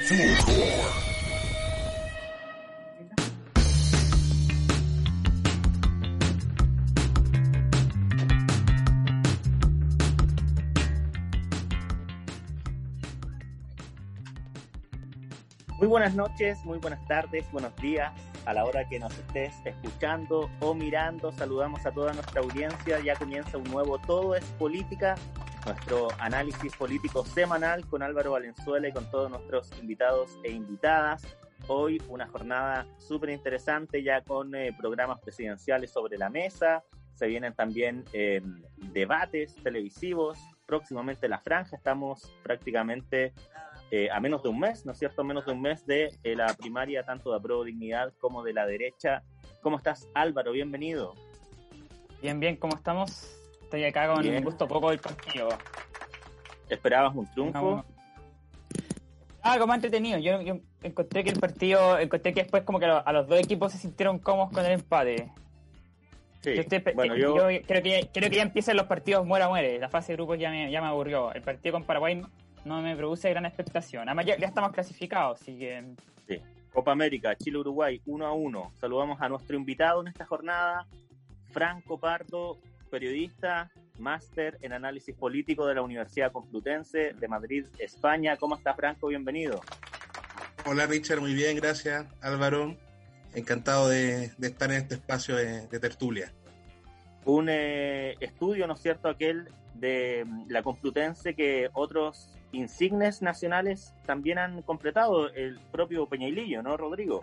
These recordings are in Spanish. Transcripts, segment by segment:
Muy buenas noches, muy buenas tardes, buenos días, a la hora que nos estés escuchando o mirando. Saludamos a toda nuestra audiencia. Ya comienza un nuevo Todo es Política, nuestro análisis político semanal con Álvaro Valenzuela y con todos nuestros invitados e invitadas. Hoy una jornada súper interesante, ya con programas presidenciales sobre la mesa. Se vienen también debates televisivos. Próximamente La Franja. Estamos prácticamente a menos de un mes, ¿no es cierto? Menos de un mes de la primaria, tanto de Apruebo Dignidad como de la derecha. ¿Cómo estás, Álvaro? Bienvenido. Bien, ¿cómo estamos? Estoy acá con Bien. gusto poco del partido. ¿Esperabas un triunfo? Algo más entretenido. Yo encontré que encontré que después como que a los dos equipos se sintieron cómodos con el empate. Sí. Yo creo que ya empiezan los partidos muere. La fase de grupos ya me aburrió. El partido con Paraguay no me produce gran expectación. Además, ya estamos clasificados, así que... Sí. Copa América, Chile-Uruguay, 1-1. Saludamos a nuestro invitado en esta jornada, Franco Pardo, periodista, máster en análisis político de la Universidad Complutense de Madrid, España. ¿Cómo está, Franco? Bienvenido. Hola, Richard. Muy bien, gracias. Álvaro, encantado de estar en este espacio de tertulia. Un estudio, ¿no es cierto?, aquel de la Complutense que otros insignes nacionales también han completado, el propio Peñailillo, ¿no, Rodrigo?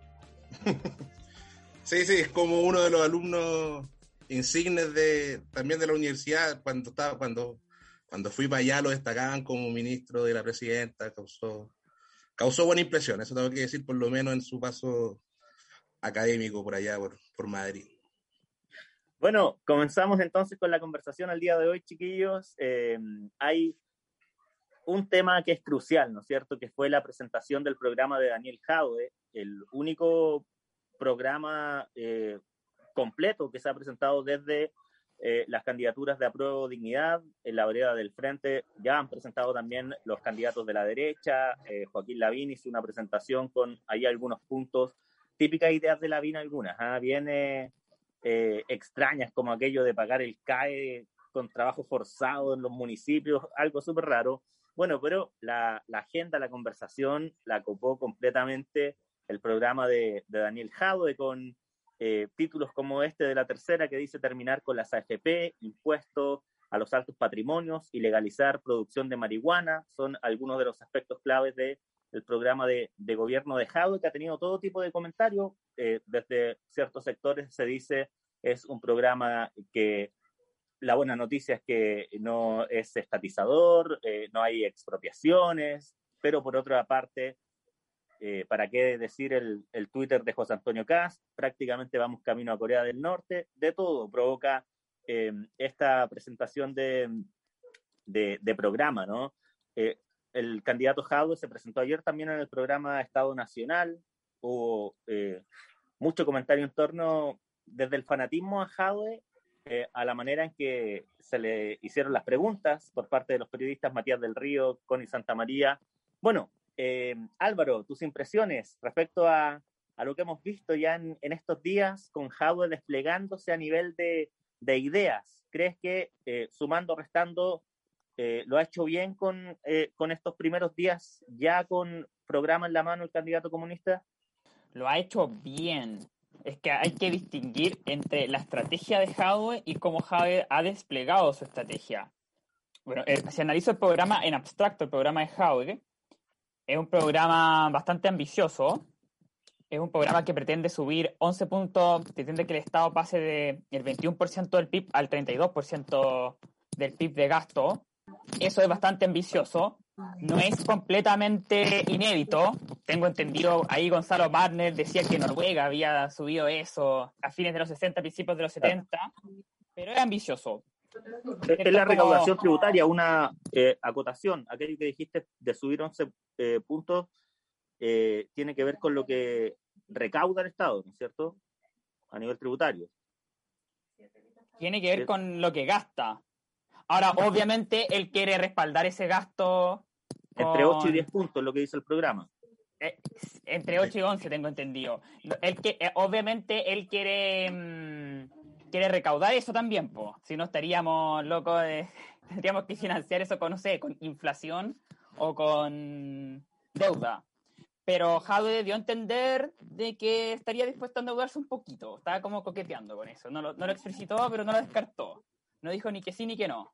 Sí, es como uno de los alumnos insignes también de la universidad. Cuando fui para allá lo destacaban como ministro de la presidenta. Causó buena impresión, eso tengo que decir, por lo menos en su paso académico por allá, por Madrid. Bueno, comenzamos entonces con la conversación al día de hoy, chiquillos. Hay un tema que es crucial, ¿no es cierto?, que fue la presentación del programa de Daniel Jadwe, el único programa completo que se ha presentado desde las candidaturas de Apruebo Dignidad. En la vereda del Frente ya han presentado también los candidatos de la derecha. Joaquín Lavín hizo una presentación con ahí algunos puntos, típicas ideas de Lavín algunas, bien extrañas, como aquello de pagar el CAE con trabajo forzado en los municipios, algo súper raro. Bueno, pero la agenda, la conversación la copó completamente el programa de Daniel Jadwe, con títulos como este de La Tercera, que dice terminar con las AFP, impuestos a los altos patrimonios y legalizar producción de marihuana. Son algunos de los aspectos claves del programa de gobierno de Jadwe, que ha tenido todo tipo de comentarios. Desde ciertos sectores se dice es un programa que la buena noticia es que no es estatizador, no hay expropiaciones, pero por otra parte, ¿para qué decir el Twitter de José Antonio Kast? Prácticamente vamos camino a Corea del Norte. De todo provoca esta presentación de programa, ¿no? El candidato Jadwe se presentó ayer también en el programa Estado Nacional. Hubo mucho comentario en torno desde el fanatismo a Jadwe, a la manera en que se le hicieron las preguntas por parte de los periodistas Matías del Río, Connie Santamaría. Bueno, Álvaro, tus impresiones respecto a lo que hemos visto ya en estos días con Jadwe desplegándose a nivel de ideas. ¿Crees que sumando, restando, lo ha hecho bien con estos primeros días ya con programa en la mano el candidato comunista? Lo ha hecho bien. Es que hay que distinguir entre la estrategia de Jadwe y cómo Jadwe ha desplegado su estrategia. Bueno, si analizo el programa en abstracto, el programa de Jadwe, es un programa bastante ambicioso. Es un programa que pretende subir 11 puntos, pretende que el Estado pase del 21% del PIB al 32% del PIB de gasto. Eso es bastante ambicioso. No es completamente inédito. Tengo entendido, ahí Gonzalo Barner decía que Noruega había subido eso a fines de los 60, principios de los 70, pero es ambicioso. Es la recaudación tributaria, una acotación. Aquello que dijiste de subir 11 puntos tiene que ver con lo que recauda el Estado, ¿no es cierto?, a nivel tributario. Tiene que ver con lo que gasta. Ahora, obviamente, él quiere respaldar ese gasto entre 8 y 10 puntos, lo que dice el programa. Entre 8 y 11 tengo entendido. Obviamente él quiere recaudar eso también, pues. Si no estaríamos locos tendríamos que financiar eso con, no sé, con inflación o con deuda. Pero Jadwe dio a entender de que estaría dispuesto a endeudarse un poquito. Estaba como coqueteando con eso. No lo explicitó, pero no lo descartó. No dijo ni que sí ni que no.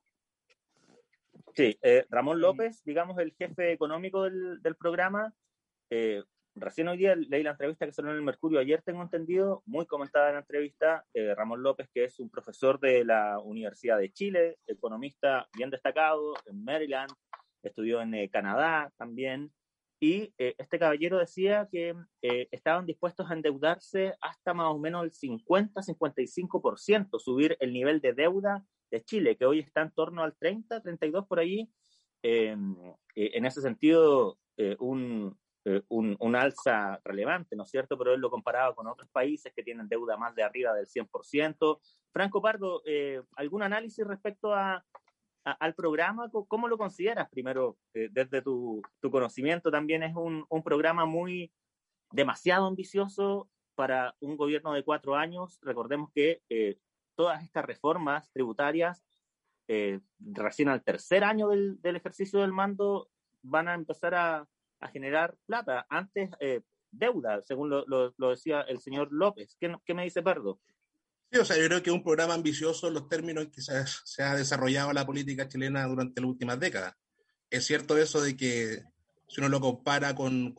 Sí, Ramón López, digamos, el jefe económico del programa, recién hoy día leí la entrevista que salió en el Mercurio ayer, tengo entendido, muy comentada la entrevista, Ramón López, que es un profesor de la Universidad de Chile, economista bien destacado en Maryland, estudió en Canadá también, y este caballero decía que estaban dispuestos a endeudarse hasta más o menos el 50-55%, subir el nivel de deuda de Chile, que hoy está en torno al 30-32 por ahí. En ese sentido, un alza relevante, ¿no es cierto? Pero él lo comparaba con otros países que tienen deuda más de arriba del 100%. Franco Pardo, ¿algún análisis respecto al programa? ¿Cómo lo consideras? Primero, desde tu conocimiento, también es un programa demasiado ambicioso para un gobierno de 4 años. Recordemos que todas estas reformas tributarias, recién al tercer año del ejercicio del mando, van a empezar a generar plata. Antes, deuda, según lo decía el señor López. ¿Qué me dice Pardo? Sí, o sea, yo creo que es un programa ambicioso en los términos en que se ha desarrollado la política chilena durante las últimas décadas. Es cierto eso de que si uno lo compara con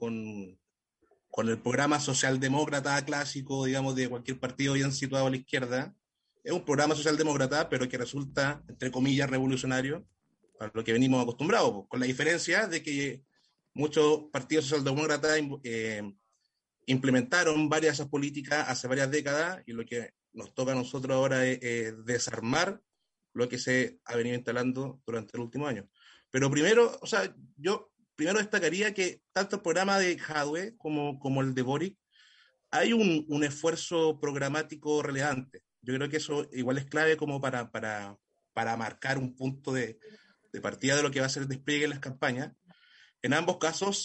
el programa socialdemócrata clásico, digamos, de cualquier partido bien situado a la izquierda, es un programa socialdemócrata, pero que resulta, entre comillas, revolucionario, a lo que venimos acostumbrados, con la diferencia de que muchos partidos socialdemócratas implementaron varias de esas políticas hace varias décadas, y lo que nos toca a nosotros ahora es desarmar lo que se ha venido instalando durante el último año. Pero primero, o sea, yo primero destacaría que tanto el programa de Jadwe como el de Boric, hay un esfuerzo programático relevante. Yo creo que eso igual es clave como para marcar un punto de partida de lo que va a ser el despliegue en las campañas. En ambos casos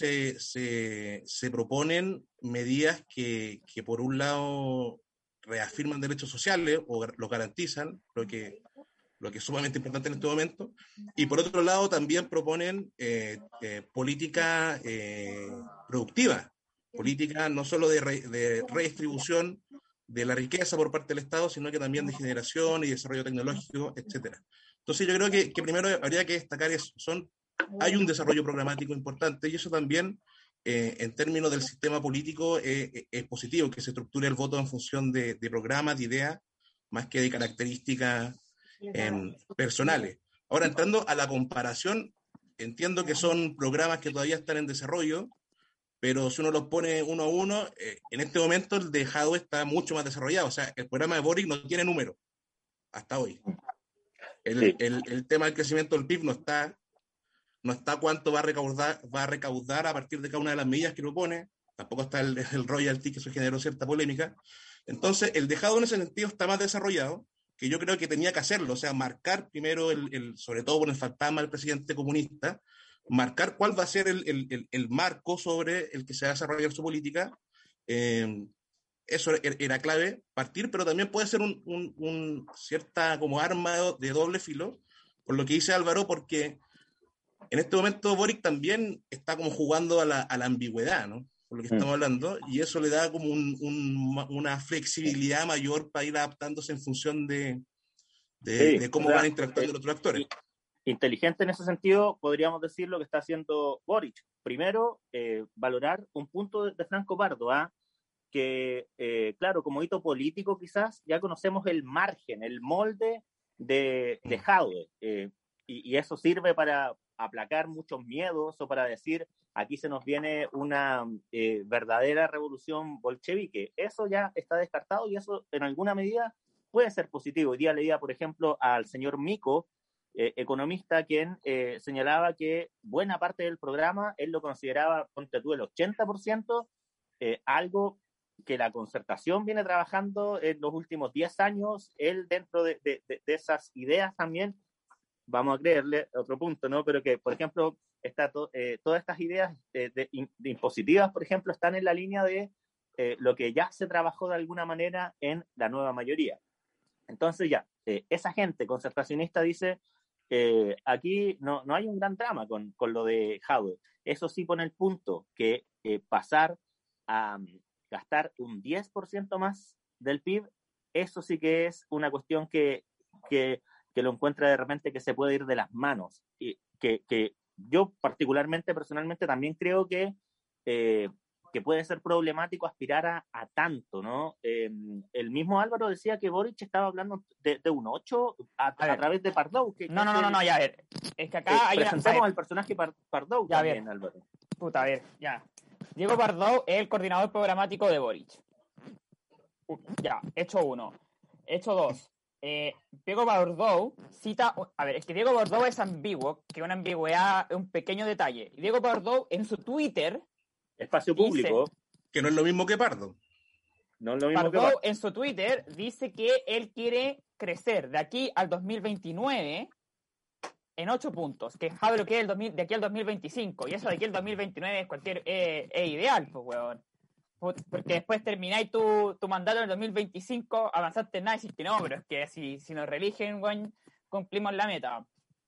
se proponen medidas que por un lado reafirman derechos sociales o los garantizan, lo que es sumamente importante en este momento, y por otro lado también proponen política productiva, política no solo de redistribución de la riqueza por parte del Estado, sino que también de generación y desarrollo tecnológico, etcétera. Entonces yo creo que primero habría que destacar eso, hay un desarrollo programático importante, y eso también en términos del sistema político es positivo, que se estructure el voto en función de programas, de ideas, más que de características personales. Ahora, entrando a la comparación, entiendo que son programas que todavía están en desarrollo, pero si uno los pone uno a uno, en este momento el de Jadwe está mucho más desarrollado. O sea, el programa de Boric no tiene número hasta hoy. El tema del crecimiento del PIB no está cuánto va a recaudar a partir de cada una de las medidas que propone, tampoco está el royalty, que eso generó cierta polémica. Entonces, el de Jadwe en ese sentido está más desarrollado, que yo creo que tenía que hacerlo, o sea, marcar primero, sobre todo por el fantasma del presidente comunista, marcar cuál va a ser el marco sobre el que se va a desarrollar su política. Eso era clave, partir, pero también puede ser un cierta como arma de doble filo, por lo que dice Álvaro, porque en este momento Boric también está como jugando a la ambigüedad, ¿no? Por lo que estamos hablando, y eso le da como una flexibilidad mayor para ir adaptándose en función de cómo van interactuando los otros actores. Inteligente en ese sentido, podríamos decir lo que está haciendo Boric. Primero, valorar un punto de Franco Pardo, que, claro, como hito político quizás ya conocemos el margen, el molde de Jadwe, y eso sirve para aplacar muchos miedos o para decir, aquí se nos viene una verdadera revolución bolchevique. Eso ya está descartado y eso en alguna medida puede ser positivo. Hoy día leía, por ejemplo, al señor Mico, economista, quien señalaba que buena parte del programa él lo consideraba, ponte tú, el 80%, algo que la concertación viene trabajando en los últimos 10 años. Él, dentro de esas ideas también, vamos a creerle otro punto, ¿no? Pero que, por ejemplo, todas estas ideas de impositivas, por ejemplo, están en la línea de lo que ya se trabajó de alguna manera en la nueva mayoría. Entonces ya, esa gente concertacionista dice, aquí no hay un gran drama con lo de Jadwe. Eso sí pone el punto que pasar a gastar un 10% más del PIB, eso sí que es una cuestión que lo encuentra de repente que se puede ir de las manos. Y que yo particularmente, personalmente, también creo que puede ser problemático aspirar a tanto, ¿no? El mismo Álvaro decía que Boric estaba hablando de un 8 a través de Pardow. No, ya, a ver. Es que acá hay presentemos al personaje Pardow ya, también, Álvaro. Puta, a ver, ya. Diego Pardow es el coordinador programático de Boric. Ya, hecho 1. Hecho 2. Diego Pardow cita... A ver, es que Diego Pardow es ambiguo, que una ambigüedad es un pequeño detalle. Diego Pardow en su Twitter... Espacio público. Dice, que no es lo mismo que Pardo. No es lo mismo Pardow que Pardo. En su Twitter dice que él quiere crecer de aquí al 2029 en 8 puntos, que Jadwe lo quiere de aquí al 2025, y eso de aquí al 2029 es ideal, pues, weón. Porque después termináis tu mandato en el 2025, avanzaste en nada y dijiste, no, pero es que si nos reeligen, weón, cumplimos la meta.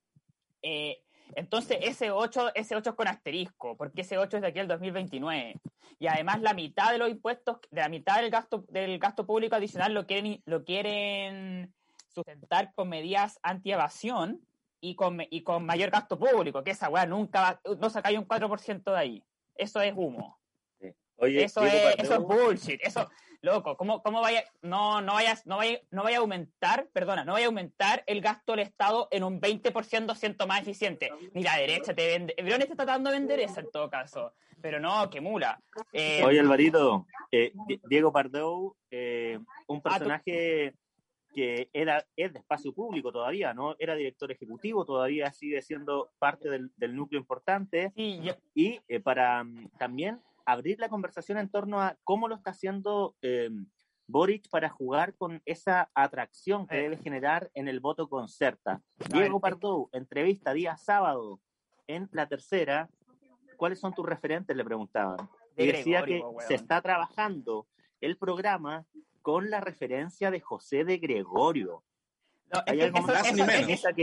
Entonces ese 8 es con asterisco, porque ese 8 es de aquí al 2029. Y además la mitad de los impuestos, de la mitad del gasto público adicional lo quieren sustentar con medidas anti-evasión y con mayor gasto público, que esa weá nunca no sacáis un 4% de ahí. Eso es humo. Sí. Oye, eso es bullshit. Eso, loco, ¿cómo vaya? No vaya a aumentar el gasto del Estado en un 20% más eficiente. Ni la derecha te vende. Verón está tratando de vender eso en todo caso. Pero no, qué mula. Oye, Alvarito, Diego Pardow, un personaje que es de espacio público todavía, ¿no? Era director ejecutivo, todavía sigue siendo parte del núcleo importante. Sí, y para también abrir la conversación en torno a cómo lo está haciendo Boric para jugar con esa atracción que debe generar en el voto concerta. Diego Pardow, entrevista día sábado en La Tercera. ¿Cuáles son tus referentes? Le preguntaban. Y decía que se está trabajando el programa con la referencia de José de Gregorio. No, ¿Hay algo más concertacionista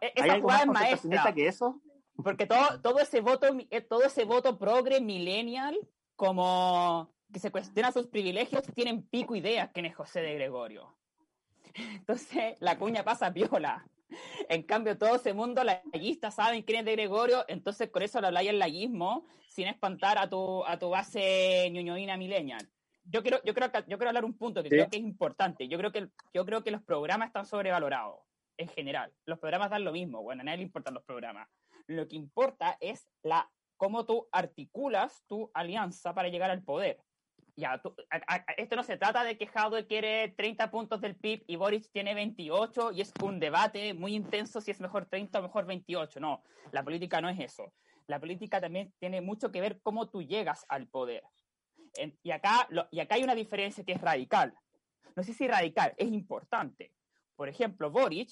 que eso? Porque todo ese voto progre millennial, como que se cuestiona sus privilegios, tienen pico ideas quién es José de Gregorio. Entonces la cuña pasa piola. En cambio, todo ese mundo laguista saben quién es de Gregorio, entonces con eso lo habláis el laguismo sin espantar a tu base ñoñoína millennial. Yo quiero hablar un punto que creo que es importante. Yo creo que los programas están sobrevalorados en general. Los programas dan lo mismo, bueno, a nadie le importan los programas. Lo que importa es cómo tú articulas tu alianza para llegar al poder. Ya, esto no se trata de que Jadwe quiere 30 puntos del PIB y Boric tiene 28 y es un debate muy intenso si es mejor 30 o mejor 28. No, la política no es eso. La política también tiene mucho que ver cómo tú llegas al poder. Y acá hay una diferencia que es radical. No sé si radical, es importante. Por ejemplo,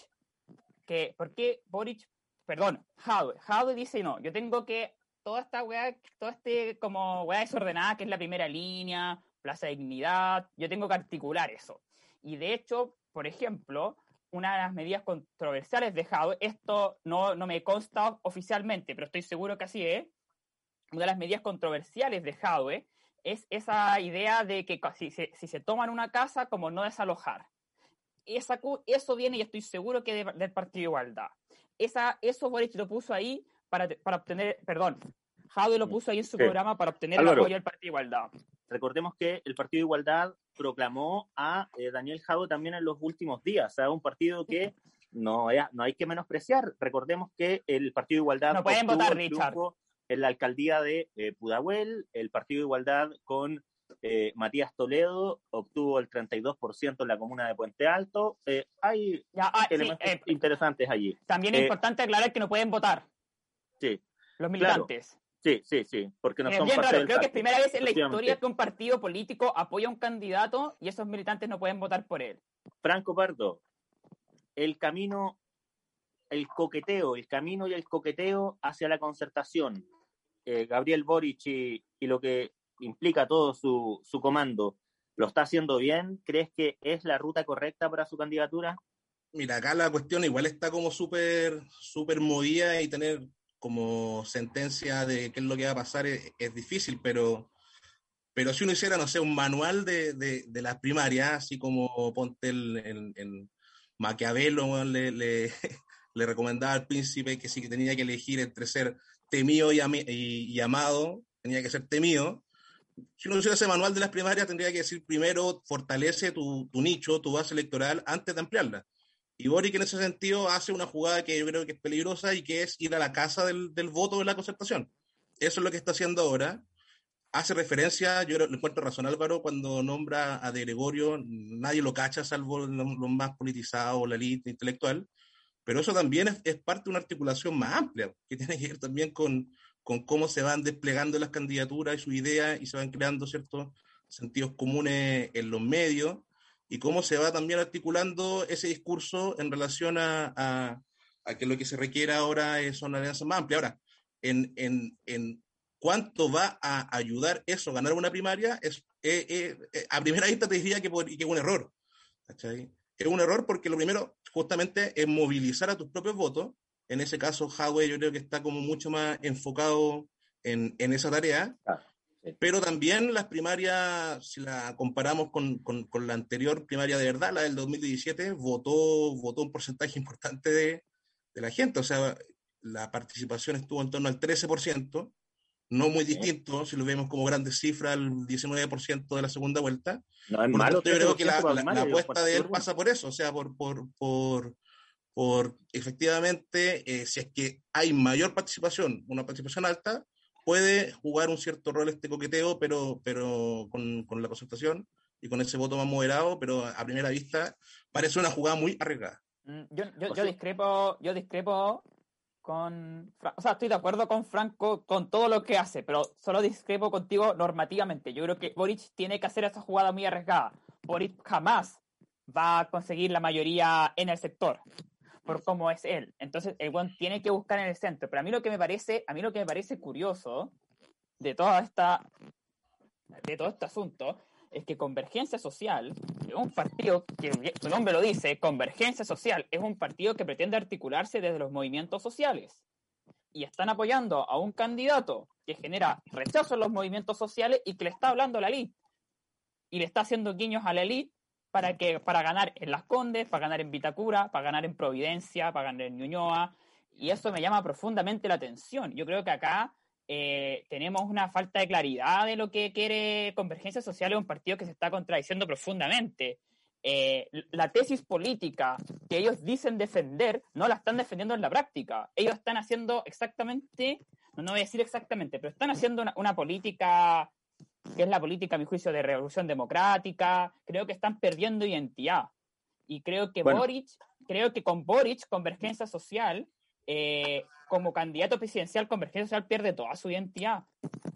Jadwe dice, no, yo tengo que toda esta weá, como weá desordenada, que es la primera línea, Plaza de Dignidad, yo tengo que articular eso. Y de hecho, por ejemplo, una de las medidas controversiales de Jadwe, esto no me consta oficialmente, pero estoy seguro que así es, una de las medidas controversiales de Jadwe es esa idea de que si se toman una casa, como no desalojar. Eso viene, y estoy seguro que del Partido de Igualdad. Eso Boric lo puso ahí para obtener, Jadwe lo puso ahí en su programa para obtener el apoyo del Partido de Igualdad. Recordemos que el Partido de Igualdad proclamó a Daniel Jadwe también en los últimos días. O sea, un partido que no hay que menospreciar. Recordemos que el Partido de Igualdad no pueden votar, Richard, en la alcaldía de Pudahuel. El Partido de Igualdad con Matías Toledo obtuvo el 32% en la comuna de Puente Alto. Hay elementos interesantes allí. También es importante aclarar que no pueden votar. Sí. Los militantes. Claro. Sí, porque no son bien parte raro. del Creo que es primera vez en la historia historia que un partido político apoya a un candidato y esos militantes no pueden votar por él. Franco Pardo, el camino el coqueteo, el camino y el coqueteo hacia la concertación, Gabriel Boric y lo que implica todo su comando, ¿lo está haciendo bien? ¿Crees que es la ruta correcta para su candidatura? Mira, acá la cuestión igual está como súper movida y tener como sentencia de qué es lo que va a pasar es difícil, pero si uno hiciera, no sé, un manual de las primarias, así como ponte el Maquiavelo, bueno, le recomendaba al príncipe que si tenía que elegir entre ser temido y amado, tenía que ser temido. Si uno hiciera ese manual de las primarias, tendría que decir primero, fortalece tu nicho, tu base electoral, antes de ampliarla. Y Boric en ese sentido hace una jugada que yo creo que es peligrosa y que es ir a la casa del voto de la concertación. Eso es lo que está haciendo ahora. Hace referencia, yo lo encuentro razón Álvaro, cuando nombra a De Gregorio, nadie lo cacha, salvo los más politizados, la élite intelectual, pero eso también es parte de una articulación más amplia, que tiene que ver también con cómo se van desplegando las candidaturas y sus ideas y se van creando ciertos sentidos comunes en los medios y cómo se va también articulando ese discurso en relación a que lo que se requiere ahora son alianzas más amplias. Ahora, en cuánto va a ayudar eso a ganar una primaria, a primera vista te diría que es un error. ¿Cachai? Es un error porque lo primero justamente es movilizar a tus propios votos. En ese caso, Huawei yo creo que está como mucho más enfocado en esa tarea. Ah, sí. Pero también las primarias, si la comparamos con la anterior primaria de verdad, la del 2017, votó un porcentaje importante de la gente. O sea, la participación estuvo en torno al 13%, no muy Sí. distinto, si lo vemos como grandes cifras, el 19% de la segunda vuelta. No es Por lo malo, tanto, yo creo que 13% para la primaria, digo, apuesta de él súper bueno. pasa por eso, o sea, por efectivamente, si es que hay mayor participación, una participación alta, puede jugar un cierto rol este coqueteo, pero con la concertación y con ese voto más moderado, pero a primera vista parece una jugada muy arriesgada. Yo discrepo o sea, estoy de acuerdo con Franco con todo lo que hace, pero solo discrepo contigo normativamente. Yo creo que Boric tiene que hacer esa jugada muy arriesgada. Boric jamás va a conseguir la mayoría en el sector por cómo es él. Entonces, el buen tiene que buscar en el centro. Pero a mí lo que me parece curioso de todo este asunto es que Convergencia Social es un partido que su nombre lo dice, Convergencia Social es un partido que pretende articularse desde los movimientos sociales y están apoyando a un candidato que genera rechazo en los movimientos sociales y que le está hablando a la élite y le está haciendo guiños a la élite para ganar en Las Condes, para ganar en Vitacura, para ganar en Providencia, para ganar en Ñuñoa, y eso me llama profundamente la atención. Yo creo que acá tenemos una falta de claridad de lo que quiere Convergencia Social, es un partido que se está contradiciendo profundamente. La tesis política que ellos dicen defender no la están defendiendo en la práctica. Ellos están haciendo exactamente, no voy a decir exactamente, pero están haciendo una política que es la política, a mi juicio, de revolución democrática. Creo que están perdiendo identidad. Y creo que Bueno. con Boric, Convergencia Social, como candidato presidencial, Convergencia Social pierde toda su identidad.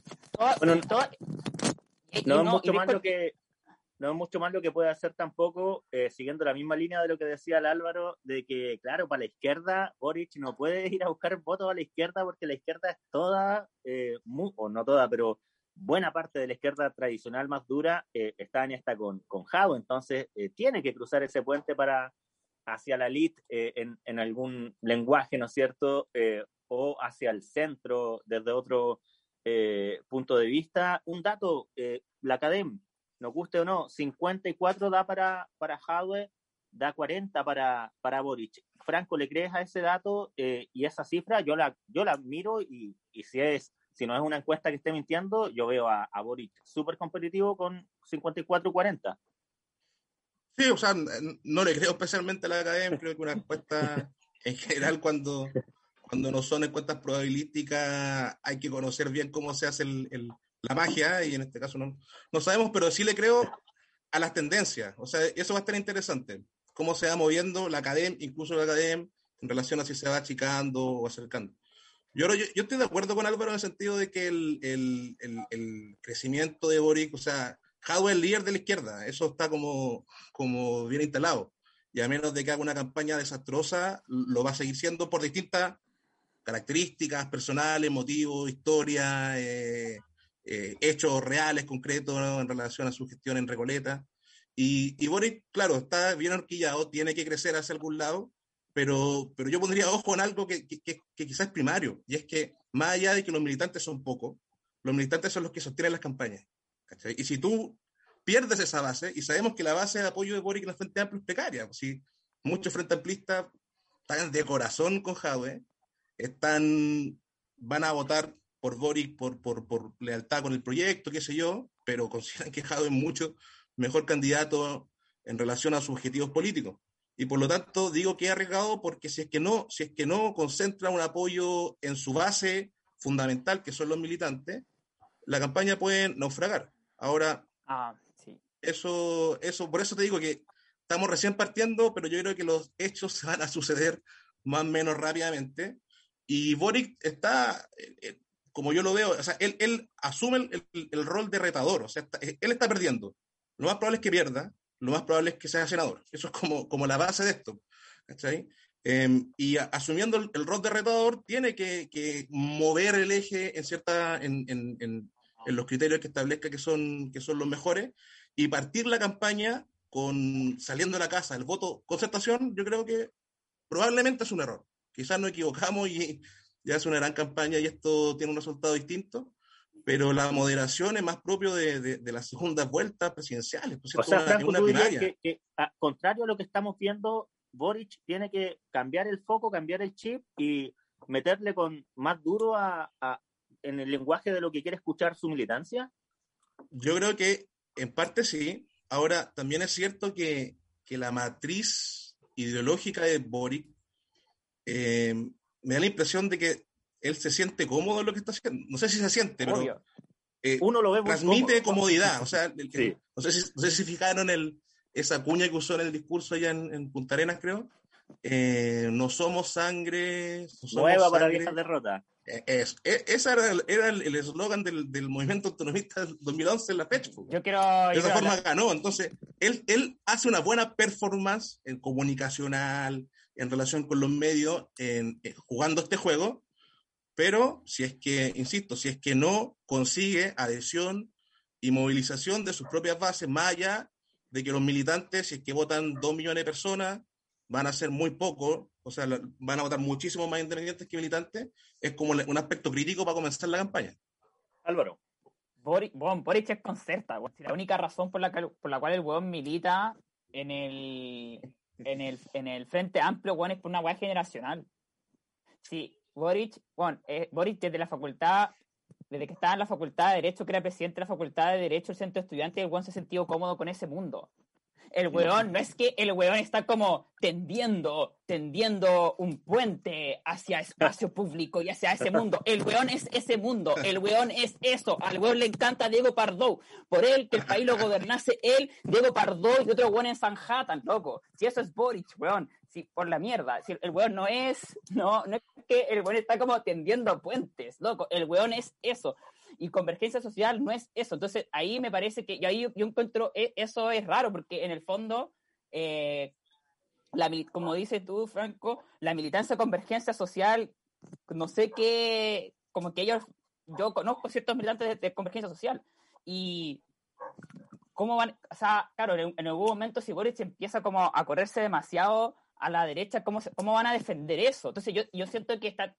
No es mucho más lo que puede hacer tampoco, siguiendo la misma línea de lo que decía el Álvaro, de que, claro, para la izquierda, Boric no puede ir a buscar votos a la izquierda porque la izquierda es toda, o no toda, pero buena parte de la izquierda tradicional más dura está en esta con Jado, entonces tiene que cruzar ese puente hacia la elite en algún lenguaje, ¿no es cierto? O hacia el centro desde otro punto de vista. Un dato, la Academia, nos guste o no, 54 da para Jadwe, da 40 para Boric. Franco, ¿le crees a ese dato y esa cifra? Yo la miro y si no es una encuesta que esté mintiendo, yo veo a Boric súper competitivo con 54-40. Sí, o sea, no le creo especialmente a la Academia, creo que una encuesta en general cuando no son encuestas probabilísticas hay que conocer bien cómo se hace la magia y en este caso no sabemos, pero sí le creo a las tendencias, o sea, eso va a estar interesante, cómo se va moviendo la Academia, incluso la Academia, en relación a si se va achicando o acercando. Yo estoy de acuerdo con Álvaro en el sentido de que el crecimiento de Boric, o sea, Jadwe es el líder de la izquierda, eso está como bien instalado. y a menos de que haga una campaña desastrosa, lo va a seguir siendo por distintas características personales, motivos, historia, hechos reales, concretos, ¿no?, en relación a su gestión en Recoleta. Y Boric, claro, está bien horquillado, tiene que crecer hacia algún lado, pero yo pondría ojo en algo que quizás es primario, y es que más allá de que los militantes son pocos, los militantes son los que sostienen las campañas, ¿cachai? Y si tú pierdes esa base, y sabemos que la base de apoyo de Boric en la Frente Amplio es precaria, si muchos frente amplistas están de corazón con Jadwe, van a votar por Boric por lealtad con el proyecto, qué sé yo, pero consideran que Jadwe es mucho mejor candidato en relación a sus objetivos políticos. Y por lo tanto digo que es arriesgado porque si es que no concentra un apoyo en su base fundamental, que son los militantes, la campaña puede naufragar. Ahora, sí. eso, por eso te digo que estamos recién partiendo, pero yo creo que los hechos se van a suceder más o menos rápidamente. Y Boric está, como yo lo veo, o sea, él asume el rol de retador, o sea, él está perdiendo. Lo más probable es que pierda, lo más probable es que sea senador. Eso es como la base de esto, ¿cachai? Y asumiendo el rol de retador, tiene que mover el eje en los criterios que establezca que son los mejores, y partir la campaña saliendo de la casa, el voto concertación. Yo creo que probablemente es un error. Quizás nos equivocamos y ya es una gran campaña y esto tiene un resultado distinto, pero la moderación es más propio de las segundas vueltas presidenciales. O sea, Franco, tú dirías que contrario a lo que estamos viendo, Boric tiene que cambiar el foco, cambiar el chip y meterle con más duro en el lenguaje de lo que quiere escuchar su militancia. Yo creo que en parte sí. Ahora, también es cierto que la matriz ideológica de Boric me da la impresión de que él se siente cómodo en lo que está haciendo. No sé si se siente, Obvio. pero uno lo ve muy transmite cómodo, comodidad. O sea, sí. no sé si fijaron esa cuña que usó en el discurso allá en Punta Arenas, creo. No somos sangre, no somos nueva sangre. para viejas derrotas. Ese era el eslogan del movimiento autonomista del 2011 en la fecha. De esa forma ganó. Entonces, él hace una buena performance en comunicacional, en relación con los medios, jugando este juego, pero si es que no consigue adhesión y movilización de sus propias bases, más allá de que los militantes, si es que votan 2 millones de personas, van a ser muy pocos, o sea, van a votar muchísimo más independientes que militantes, es como un aspecto crítico para comenzar la campaña. Álvaro. Boric es concerta, si la única razón por la cual el weón milita en el Frente Amplio, weón, es por una weá generacional. Sí, Boric desde la facultad, desde que estaba en la facultad de Derecho, que era presidente de la facultad de Derecho del Centro de Estudiantes, el weón se ha sentido cómodo con ese mundo. El weón, no es que el weón está como tendiendo un puente hacia espacio público y hacia ese mundo. El weón es ese mundo, el weón es eso. Al weón le encanta Diego Pardó. Por él, que el país lo gobernase él, Diego Pardó y otro weón en Sanhattan, loco. Si eso es Boric, weón, si por la mierda. Si el weón no es que el weón está como tendiendo puentes, loco. El weón es eso. Y convergencia social no es eso. Entonces, ahí me parece que, y ahí yo encuentro, eso es raro, porque en el fondo, como dices tú, Franco, la militancia de convergencia social, no sé qué, como que yo conozco ciertos militantes de convergencia social, y cómo van, o sea, claro, en algún momento si Boric empieza como a correrse demasiado a la derecha, ¿cómo van a defender eso? Entonces yo siento que está...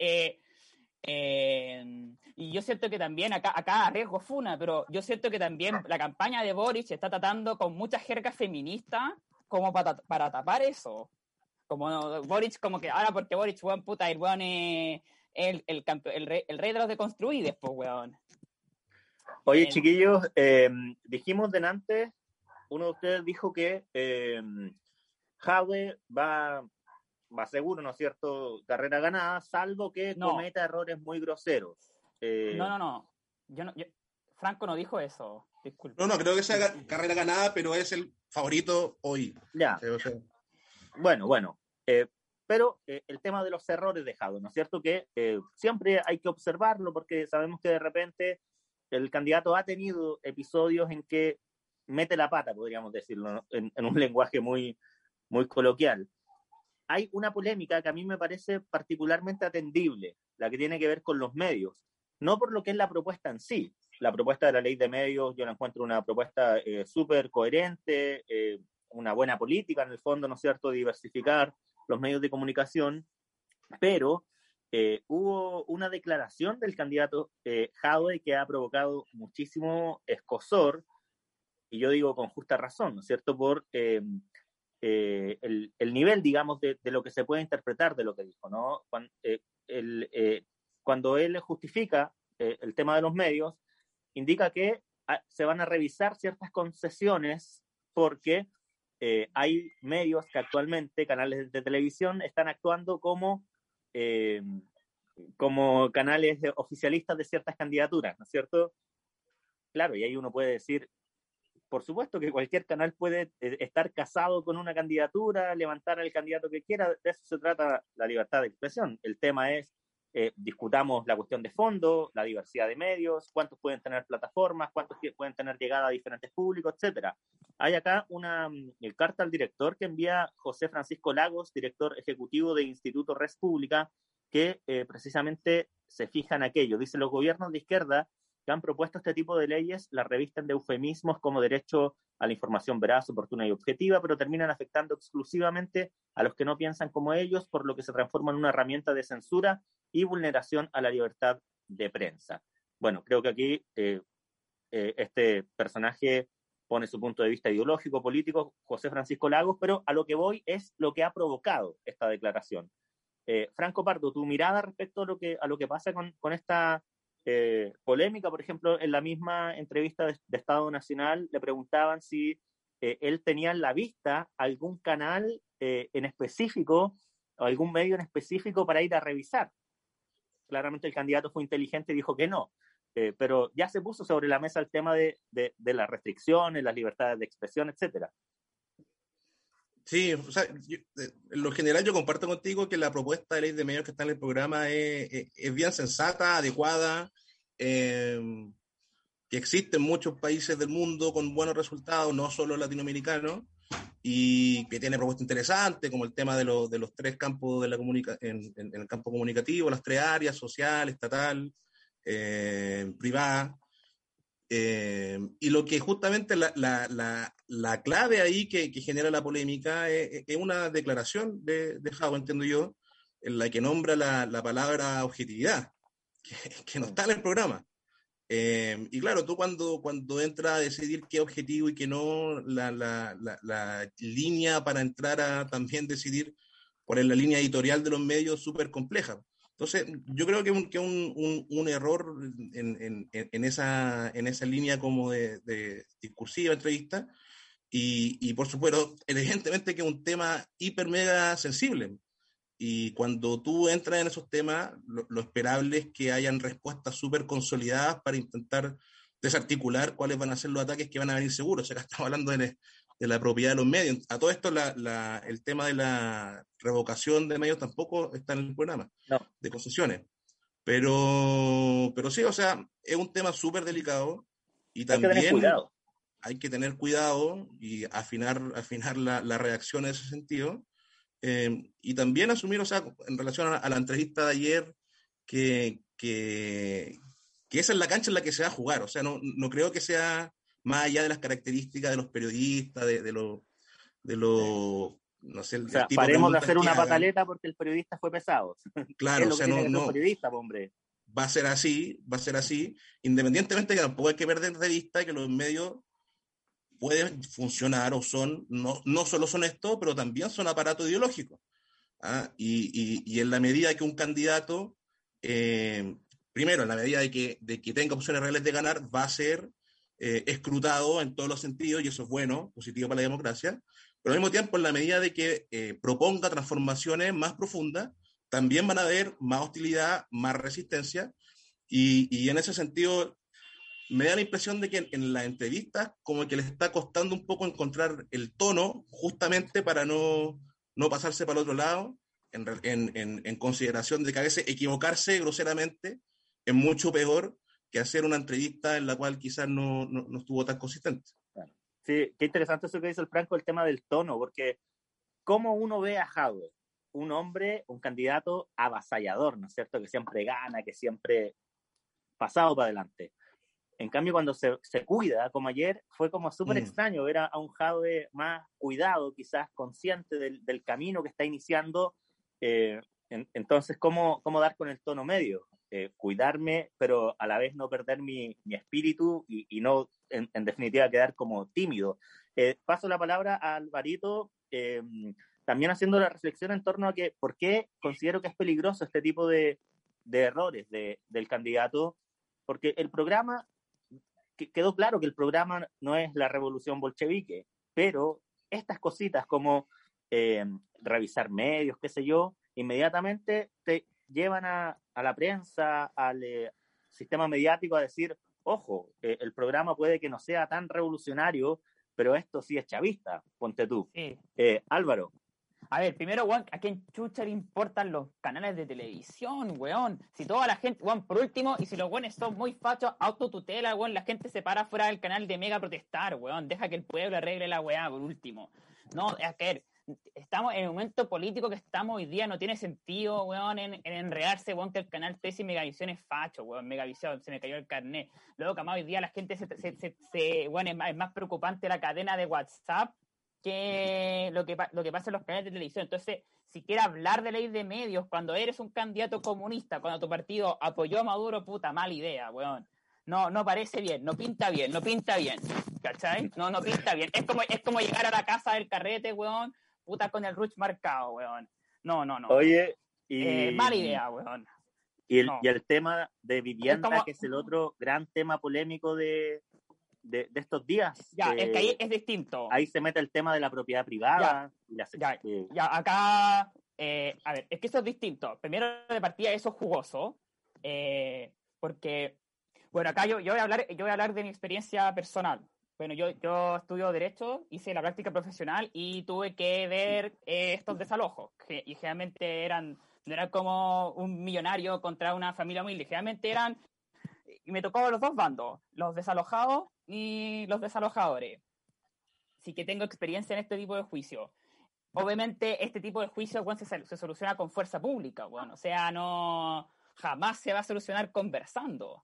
y yo siento que también acá arriesgo funa, pero yo siento que también la campaña de Boric se está tratando con muchas jergas feministas como para tapar eso. Como Boric, como que ahora porque Boric, weón, puta, el weón es el rey de los deconstruidos, pues, weón. Oye, chiquillos, dijimos delante, uno de ustedes dijo que Jadwe va seguro, ¿no es cierto?, carrera ganada, salvo que cometa errores muy groseros. No. Franco no dijo eso. Disculpe. No, creo que sea carrera ganada, pero es el favorito hoy. Ya. Bueno. Pero el tema de los errores de Jadwe, ¿no es cierto?, que siempre hay que observarlo porque sabemos que de repente el candidato ha tenido episodios en que mete la pata, podríamos decirlo, ¿no?, en un lenguaje muy muy coloquial. Hay una polémica que a mí me parece particularmente atendible, la que tiene que ver con los medios, no por lo que es la propuesta en sí. La propuesta de la ley de medios yo la encuentro una propuesta súper coherente, una buena política en el fondo, ¿no es cierto?, diversificar los medios de comunicación, pero hubo una declaración del candidato Jadwe que ha provocado muchísimo escozor, y yo digo con justa razón, ¿no es cierto?, por el nivel, digamos, de lo que se puede interpretar de lo que dijo, ¿no? Cuando él justifica el tema de los medios, indica que se van a revisar ciertas concesiones porque hay medios que actualmente, canales de televisión, están actuando como canales oficialistas de ciertas candidaturas, ¿no es cierto? Claro, y ahí uno puede decir, por supuesto que cualquier canal puede estar casado con una candidatura, levantar al candidato que quiera, de eso se trata la libertad de expresión. El tema es, discutamos la cuestión de fondo, la diversidad de medios, cuántos pueden tener plataformas, cuántos pueden tener llegada a diferentes públicos, etcétera. Hay acá una carta al director que envía José Francisco Lagos, director ejecutivo de Instituto Res Pública, que precisamente se fija en aquello. Dice, los gobiernos de izquierda que han propuesto este tipo de leyes las revisten de eufemismos como derecho a la información veraz, oportuna y objetiva, pero terminan afectando exclusivamente a los que no piensan como ellos, por lo que se transforma en una herramienta de censura y vulneración a la libertad de prensa. Bueno, creo que aquí este personaje pone su punto de vista ideológico, político, José Francisco Lagos, pero a lo que voy es lo que ha provocado esta declaración. Franco Pardo, tu mirada respecto a lo que pasa con esta polémica. Por ejemplo, en la misma entrevista de Estado Nacional le preguntaban si él tenía en la vista algún canal en específico o algún medio en específico para ir a revisar. Claramente el candidato fue inteligente y dijo que no, pero ya se puso sobre la mesa el tema de las restricciones, las libertades de expresión, etcétera. Sí, o sea, en lo general yo comparto contigo que la propuesta de ley de medios que está en el programa es bien sensata, adecuada, que existe en muchos países del mundo con buenos resultados, no solo latinoamericanos, y que tiene propuestas interesantes, como el tema de los 3 campos de la en el campo comunicativo, las 3 áreas, social, estatal, privada. Y lo que justamente la clave ahí que genera la polémica es una declaración de Jadwe, entiendo yo, en la que nombra la palabra objetividad, que no está en el programa. Y claro, tú cuando entras a decidir qué objetivo y qué no, la línea para entrar a también decidir por la línea editorial de los medios es súper compleja. Entonces, yo creo que un error en esa línea como de discursiva, entrevista, y por supuesto, evidentemente que es un tema hiper mega sensible. Y cuando tú entras en esos temas, lo esperable es que hayan respuestas súper consolidadas para intentar desarticular cuáles van a ser los ataques que van a venir seguros. O sea, que estamos hablando de la propiedad de los medios. A todo esto, el tema de la revocación de medios tampoco está en el programa de concesiones. Pero sí, o sea, es un tema súper delicado y también hay que tener cuidado y afinar la reacción en ese sentido. Y también asumir, o sea, en relación a la entrevista de ayer, que esa es la cancha en la que se va a jugar. O sea, no creo que sea más allá de las características de los periodistas, de los no sé, o sea, paremos de hacer una pataleta porque el periodista fue pesado. Claro, es lo que tiene que hacer un periodista, hombre. Va a ser así, independientemente que tampoco hay que perder de vista que los medios pueden funcionar o son, no solo son esto, pero también son aparatos ideológicos. Y en la medida que un candidato, primero, en la medida de que tenga opciones reales de ganar, va a ser escrutado en todos los sentidos, y eso es bueno, positivo para la democracia, pero al mismo tiempo, en la medida de que proponga transformaciones más profundas, también van a haber más hostilidad, más resistencia, y en ese sentido me da la impresión de que en las entrevistas como que le está costando un poco encontrar el tono justamente para no pasarse para el otro lado, en consideración de que a veces equivocarse groseramente es mucho peor que hacer una entrevista en la cual quizás no estuvo tan consistente. Sí, qué interesante eso que dice el Franco, el tema del tono, porque ¿cómo uno ve a Jadwe? Un hombre, un candidato avasallador, ¿no es cierto? Que siempre gana, que siempre pasado para adelante. En cambio, cuando se cuida, como ayer, fue como súper extraño ver a un Jadwe más cuidado, quizás consciente del camino que está iniciando. Entonces, ¿cómo dar con el tono medio? Cuidarme, pero a la vez no perder mi espíritu y no, en definitiva, quedar como tímido. Paso la palabra a Alvarito, también haciendo la reflexión en torno a que por qué considero que es peligroso este tipo de errores del candidato, porque el programa, quedó claro que el programa no es la revolución bolchevique, pero estas cositas como revisar medios, qué sé yo, inmediatamente te llevan a la prensa, al sistema mediático a decir, ojo, el programa puede que no sea tan revolucionario, pero esto sí es chavista, ponte tú. Sí. Álvaro. A ver, primero, weón, ¿a quién chucha le importan los canales de televisión, weón? Si toda la gente, weón, por último, y si los weones son muy fachos, autotutela, weón, la gente se para fuera del canal de Mega a protestar, weón. Deja que el pueblo arregle la weá, por último. No, es que estamos en el momento político que estamos hoy día, no tiene sentido, weón, en enredarse, weón, que el canal 13 y Megavisión es facho, weón. Megavisión, se me cayó el carnet. Luego, que más hoy día la gente weón, es más preocupante la cadena de WhatsApp que lo que pasa en los canales de televisión. Entonces, si quieres hablar de ley de medios cuando eres un candidato comunista, cuando tu partido apoyó a Maduro, puta, mala idea, weón. No parece bien, no pinta bien, ¿cachai? No pinta bien. Es como llegar a la casa del carrete, weón, puta, con el ruch marcado, weón. No. Oye, mala idea, weón. Y el tema de vivienda, como, que es el otro gran tema polémico de estos días. Ya, es que ahí es distinto. Ahí se mete el tema de la propiedad privada. Acá, a ver, es que eso es distinto. Primero, de partida, eso es jugoso, porque, bueno, acá yo voy a hablar de mi experiencia personal. Bueno, yo estudio Derecho, hice la práctica profesional y tuve que ver estos desalojos, y generalmente no eran como un millonario contra una familia humilde, generalmente y me tocó los dos bandos, los desalojados y los desalojadores. Así que tengo experiencia en este tipo de juicio. Obviamente, este tipo de juicio, bueno, se soluciona con fuerza pública, bueno, o sea, jamás se va a solucionar conversando.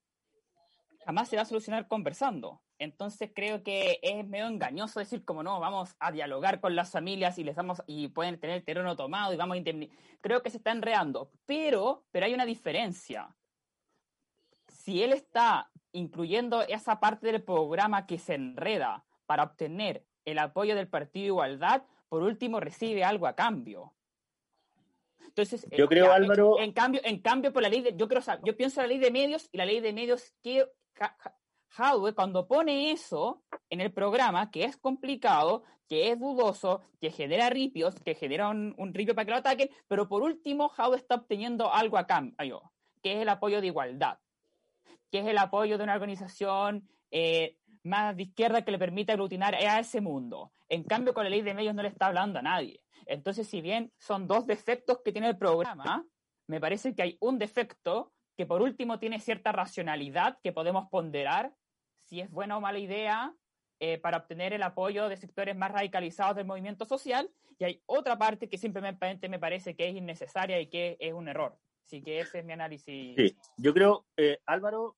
Entonces creo que es medio engañoso decir como no, vamos a dialogar con las familias y pueden tener el terreno tomado y vamos a indemnizar. Creo que se está enredando, pero hay una diferencia. Si él está incluyendo esa parte del programa que se enreda para obtener el apoyo del Partido de Igualdad, por último recibe algo a cambio. Entonces, yo creo, Álvaro, en cambio por la ley yo pienso en la ley de medios, y la ley de medios que Jadwe, cuando pone eso en el programa, que es complicado, que es dudoso, que genera ripios, que genera un ripio para que lo ataquen, pero por último Jadwe está obteniendo algo a cambio, que es el apoyo de Igualdad, que es el apoyo de una organización más de izquierda que le permita aglutinar a ese mundo. En cambio, con la ley de medios no le está hablando a nadie. Entonces, si bien son dos defectos que tiene el programa, me parece que hay un defecto que por último tiene cierta racionalidad que podemos ponderar si es buena o mala idea para obtener el apoyo de sectores más radicalizados del movimiento social, y hay otra parte que simplemente me parece que es innecesaria y que es un error. Así que ese es mi análisis. Sí, yo creo, Álvaro,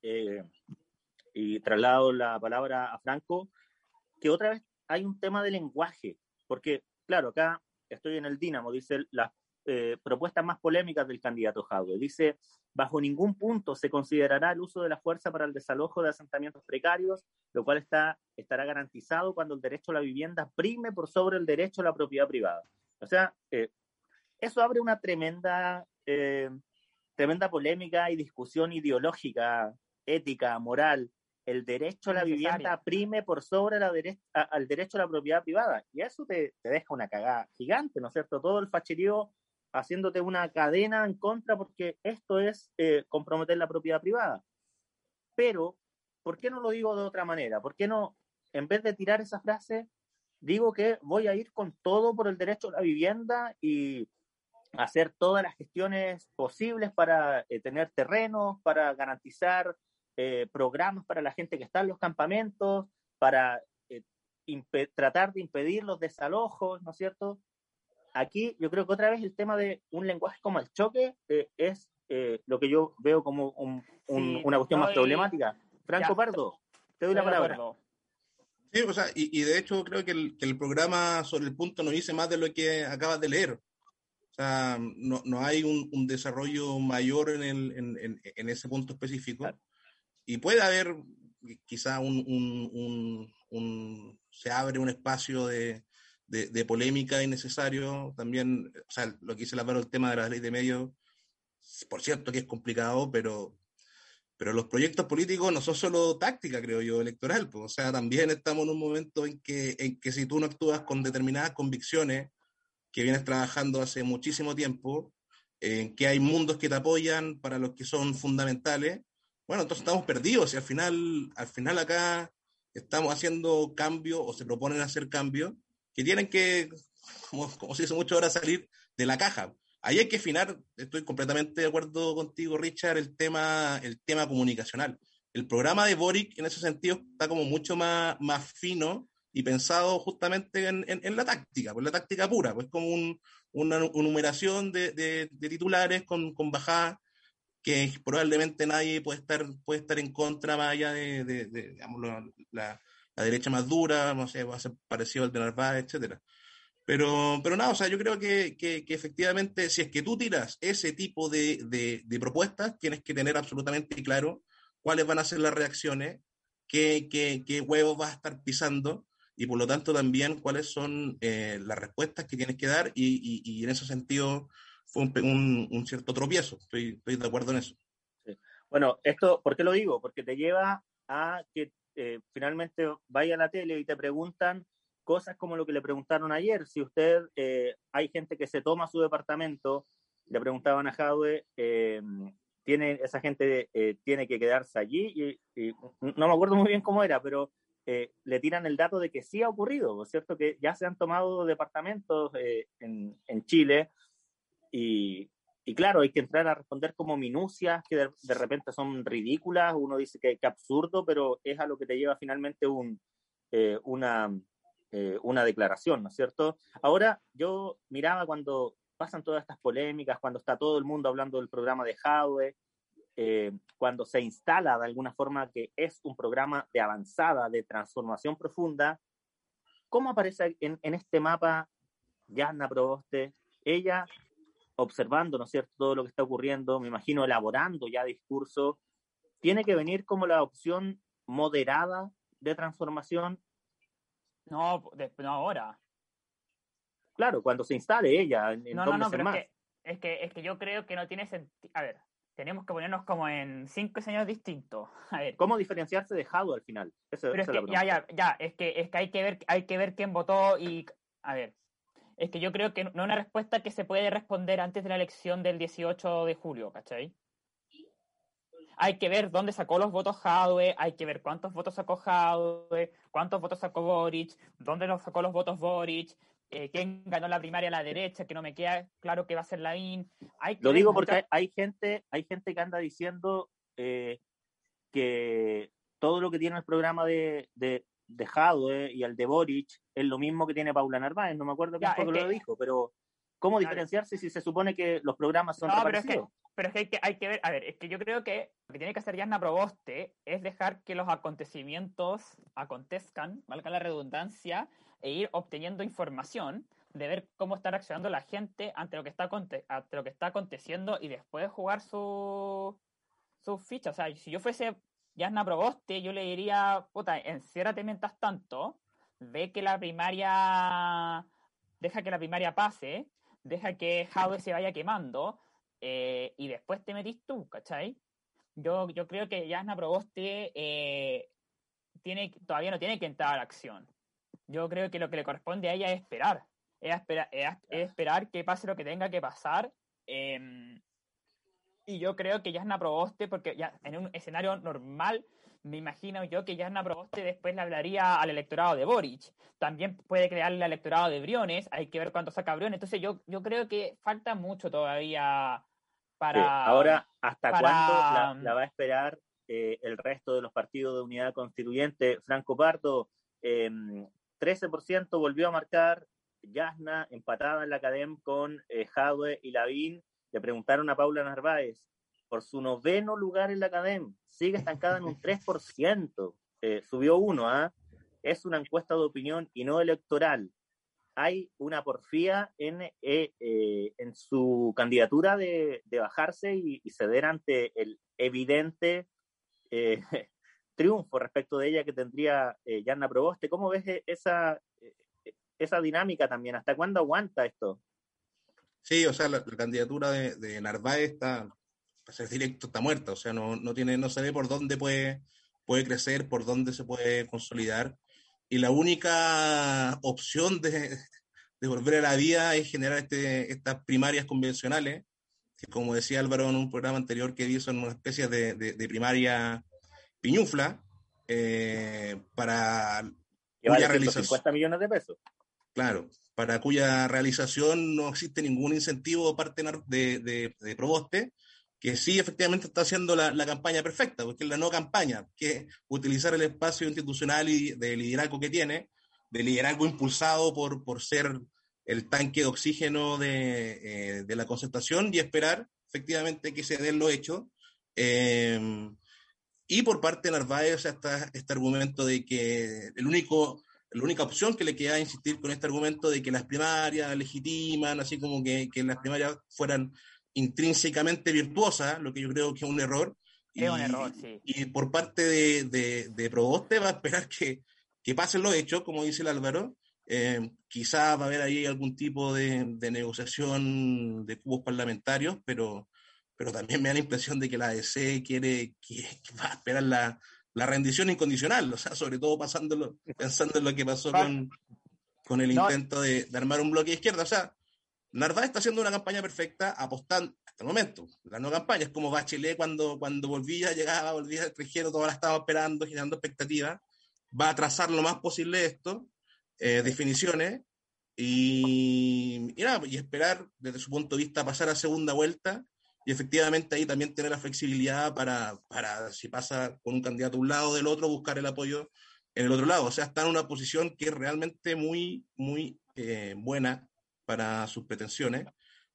y traslado la palabra a Franco, que otra vez hay un tema de lenguaje, porque, claro, acá estoy en el Dínamo, dice las propuestas más polémicas del candidato Jadwe. Dice, bajo ningún punto se considerará el uso de la fuerza para el desalojo de asentamientos precarios, lo cual estará garantizado cuando el derecho a la vivienda prime por sobre el derecho a la propiedad privada. O sea, eso abre una tremenda polémica y discusión ideológica, ética, moral. El derecho a la vivienda prime por sobre al derecho a la propiedad privada. Y eso te deja una cagada gigante, ¿no es cierto? Todo el facherío haciéndote una cadena en contra, porque esto es comprometer la propiedad privada. Pero, ¿por qué no lo digo de otra manera? ¿Por qué no, en vez de tirar esa frase, digo que voy a ir con todo por el derecho a la vivienda y hacer todas las gestiones posibles para tener terrenos, para garantizar programas para la gente que está en los campamentos, para tratar de impedir los desalojos, ¿no es cierto? aquí yo creo que otra vez el tema de un lenguaje como el choque es lo que yo veo como una cuestión más problemática. Franco Pardo, te doy la palabra. Sí, o sea, y de hecho creo que el programa sobre el punto nos dice más de lo que acabas de leer. O sea, no hay un desarrollo mayor en ese punto específico. Claro. Y puede haber quizá se abre un espacio de polémica innecesario. También, o sea, lo que dice Álvaro, el tema de la ley de medios, por cierto que es complicado, pero los proyectos políticos no son solo táctica, creo yo, electoral. Pues. O sea, también estamos en un momento en que si tú no actúas con determinadas convicciones que vienes trabajando hace muchísimo tiempo, en que hay mundos que te apoyan para los que son fundamentales, bueno, entonces estamos perdidos y al final acá estamos haciendo cambios o se proponen hacer cambios que tienen que, como se dice mucho ahora, salir de la caja. Ahí hay que afinar, estoy completamente de acuerdo contigo, Richard, el tema comunicacional. El programa de Boric en ese sentido está como mucho más fino y pensado justamente en la táctica, pues la táctica pura, pues como una numeración de titulares con bajadas que probablemente nadie puede estar en contra más allá de digamos, la derecha más dura, no sé, va a ser parecido al de Narváez, etcétera. Pero nada, o sea, yo creo que efectivamente, si es que tú tiras ese tipo de propuestas, tienes que tener absolutamente claro cuáles van a ser las reacciones, qué huevos vas a estar pisando, y por lo tanto también cuáles son las respuestas que tienes que dar, y en ese sentido fue un cierto tropiezo. Estoy de acuerdo en eso. Sí. Bueno, esto, ¿por qué lo digo? Porque te lleva a que finalmente vaya a la tele y te preguntan cosas como lo que le preguntaron ayer. Si usted, hay gente que se toma su departamento, le preguntaban a Jadwe, esa gente tiene que quedarse allí, y no me acuerdo muy bien cómo era, pero le tiran el dato de que sí ha ocurrido, ¿no es cierto? Que ya se han tomado departamentos en Chile, y claro, hay que entrar a responder como minucias que de repente son ridículas, uno dice que absurdo, pero es a lo que te lleva finalmente una declaración, ¿no es cierto? Ahora, yo miraba cuando pasan todas estas polémicas, cuando está todo el mundo hablando del programa de Jadwe, cuando se instala de alguna forma que es un programa de avanzada, de transformación profunda, ¿cómo aparece en este mapa Jasna Proboste? Ella observando, ¿no es cierto?, todo lo que está ocurriendo, me imagino elaborando ya discursos, tiene que venir como la opción moderada de transformación. No ahora. Claro, cuando se instale ella en no, 2 meses pero más. Es que yo creo que no tiene sentido. A ver, tenemos que ponernos como en 5 escenarios distintos. A ver. ¿Cómo diferenciarse de Jadwe al final? Pero es que ya, es que hay que ver quién votó y, a ver, es que yo creo que no es una respuesta que se puede responder antes de la elección del 18 de julio, ¿cachai? Hay que ver dónde sacó los votos Jadwe, hay que ver cuántos votos sacó Jadwe, cuántos votos sacó Boric, dónde los sacó los votos Boric, quién ganó la primaria a la derecha, que no me queda claro que va a ser Lavín. Lo digo porque hay gente que anda diciendo que todo lo que tiene el programa de Jadwe y el de Boric es lo mismo que tiene Paula Narváez, no me acuerdo quién fue que lo dijo, pero ¿cómo diferenciarse si se supone que los programas son parecidos? Pero es que hay que ver, a ver, es que yo creo que lo que tiene que hacer Jasna Proboste es dejar que los acontecimientos acontezcan, valga la redundancia, e ir obteniendo información de ver cómo está reaccionando la gente ante lo que está aconteciendo y después jugar sus fichas. O sea, si yo fuese Jasna Proboste, yo le diría, puta, enciérrate mientras tanto, deja que la primaria pase, deja que Jadwe se vaya quemando, y después te metís tú, ¿cachai? Yo creo que Jasna Proboste todavía no tiene que entrar a la acción. Yo creo que lo que le corresponde a ella es esperar que pase lo que tenga que pasar. Y yo creo que Jasna Proboste, porque ya en un escenario normal, me imagino yo que Jasna Proboste después le hablaría al electorado de Boric. También puede crearle al electorado de Briones, hay que ver cuánto saca Briones. Entonces yo creo que falta mucho todavía para... Sí. Ahora, ¿hasta cuándo la va a esperar el resto de los partidos de unidad constituyente? Franco Pardo, 13% volvió a marcar Jasna empatada en la Academ con Jadwe y Lavín. Le preguntaron a Paula Narváez por su 9º lugar en la Academ. Sigue estancada en un 3%. Subió 1, ¿ah? Es una encuesta de opinión y no electoral. Hay una porfía en su candidatura de bajarse y ceder ante el evidente triunfo respecto de ella que tendría Jasna Proboste. ¿Cómo ves esa dinámica también? ¿Hasta cuándo aguanta esto? Sí, o sea, la candidatura de Narváez está, para ser directo, está muerta, o sea, no se ve por dónde puede crecer, por dónde se puede consolidar, y la única opción de volver a la vida es generar estas primarias convencionales, que como decía Álvaro en un programa anterior que hizo, son una especie de primaria piñufla, para que vale 150 millones de pesos. Claro, para cuya realización no existe ningún incentivo de parte de Proboste, que sí efectivamente está haciendo la campaña perfecta, porque es la no campaña, que es utilizar el espacio institucional y de liderazgo que tiene, de liderazgo impulsado por ser el tanque de oxígeno de la concertación y esperar efectivamente que se den los hechos. Y por parte de Narváez, o sea, está este argumento de que la única opción que le queda es insistir con este argumento de que las primarias legitiman, así como que las primarias fueran intrínsecamente virtuosas, lo que yo creo que es un error. Es un error, sí. Y por parte de Proboste va a esperar que pasen los hechos, como dice el Álvaro. Quizás va a haber ahí algún tipo de negociación de cubos parlamentarios, pero también me da la impresión de que la ADC que va a esperar la rendición incondicional, o sea, sobre todo pensando en lo que pasó con el intento de armar un bloque de izquierda. O sea, Narváez está haciendo una campaña perfecta, apostando hasta el momento. La no campaña es como Bachelet cuando volvía al extranjero, todos la estaban esperando, generando expectativas. Va a trazar lo más posible esto, definiciones, y esperar desde su punto de vista pasar a segunda vuelta y efectivamente ahí también tener la flexibilidad para si pasa con un candidato a un lado o del otro, buscar el apoyo en el otro lado. O sea, está en una posición que es realmente muy, muy buena para sus pretensiones.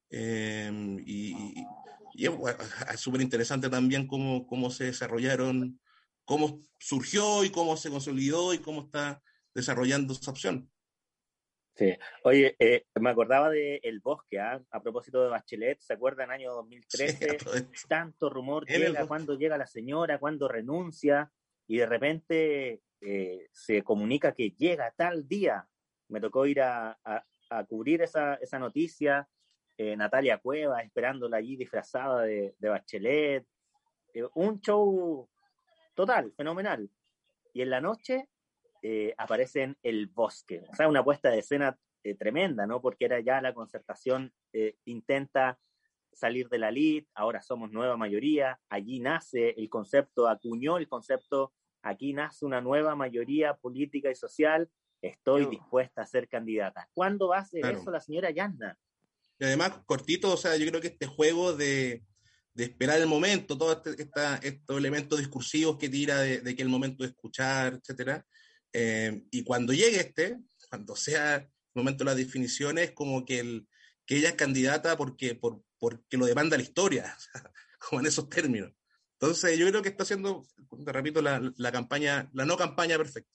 Y es súper interesante también cómo se desarrollaron, cómo surgió y cómo se consolidó y cómo está desarrollando esa opción. Sí. Oye, me acordaba de El Bosque, ¿eh? A propósito de Bachelet, ¿se acuerdan? Año 2013, sí, tanto rumor llega, cuándo llega la señora, cuándo renuncia, y de repente se comunica que llega tal día. Me tocó ir a cubrir esa noticia, Natalia Cuevas esperándola allí disfrazada de Bachelet, un show total, fenomenal. Y en la noche aparece en El Bosque. O sea, una puesta de escena tremenda, ¿no? Porque era ya la concertación, intenta salir de la lid, ahora somos nueva mayoría, allí nace el concepto, acuñó el concepto, aquí nace una nueva mayoría política y social, estoy dispuesta a ser candidata. ¿Cuándo va a hacer eso la señora Jasna? Y además, cortito, o sea, yo creo que este juego de esperar el momento, todos estos elementos discursivos que tira de que el momento de escuchar, etcétera, y cuando llegue cuando sea el momento de las definiciones, como que ella es candidata porque lo demanda la historia, o sea, como en esos términos. Entonces yo creo que está haciendo, te repito, la campaña, la no campaña perfecta.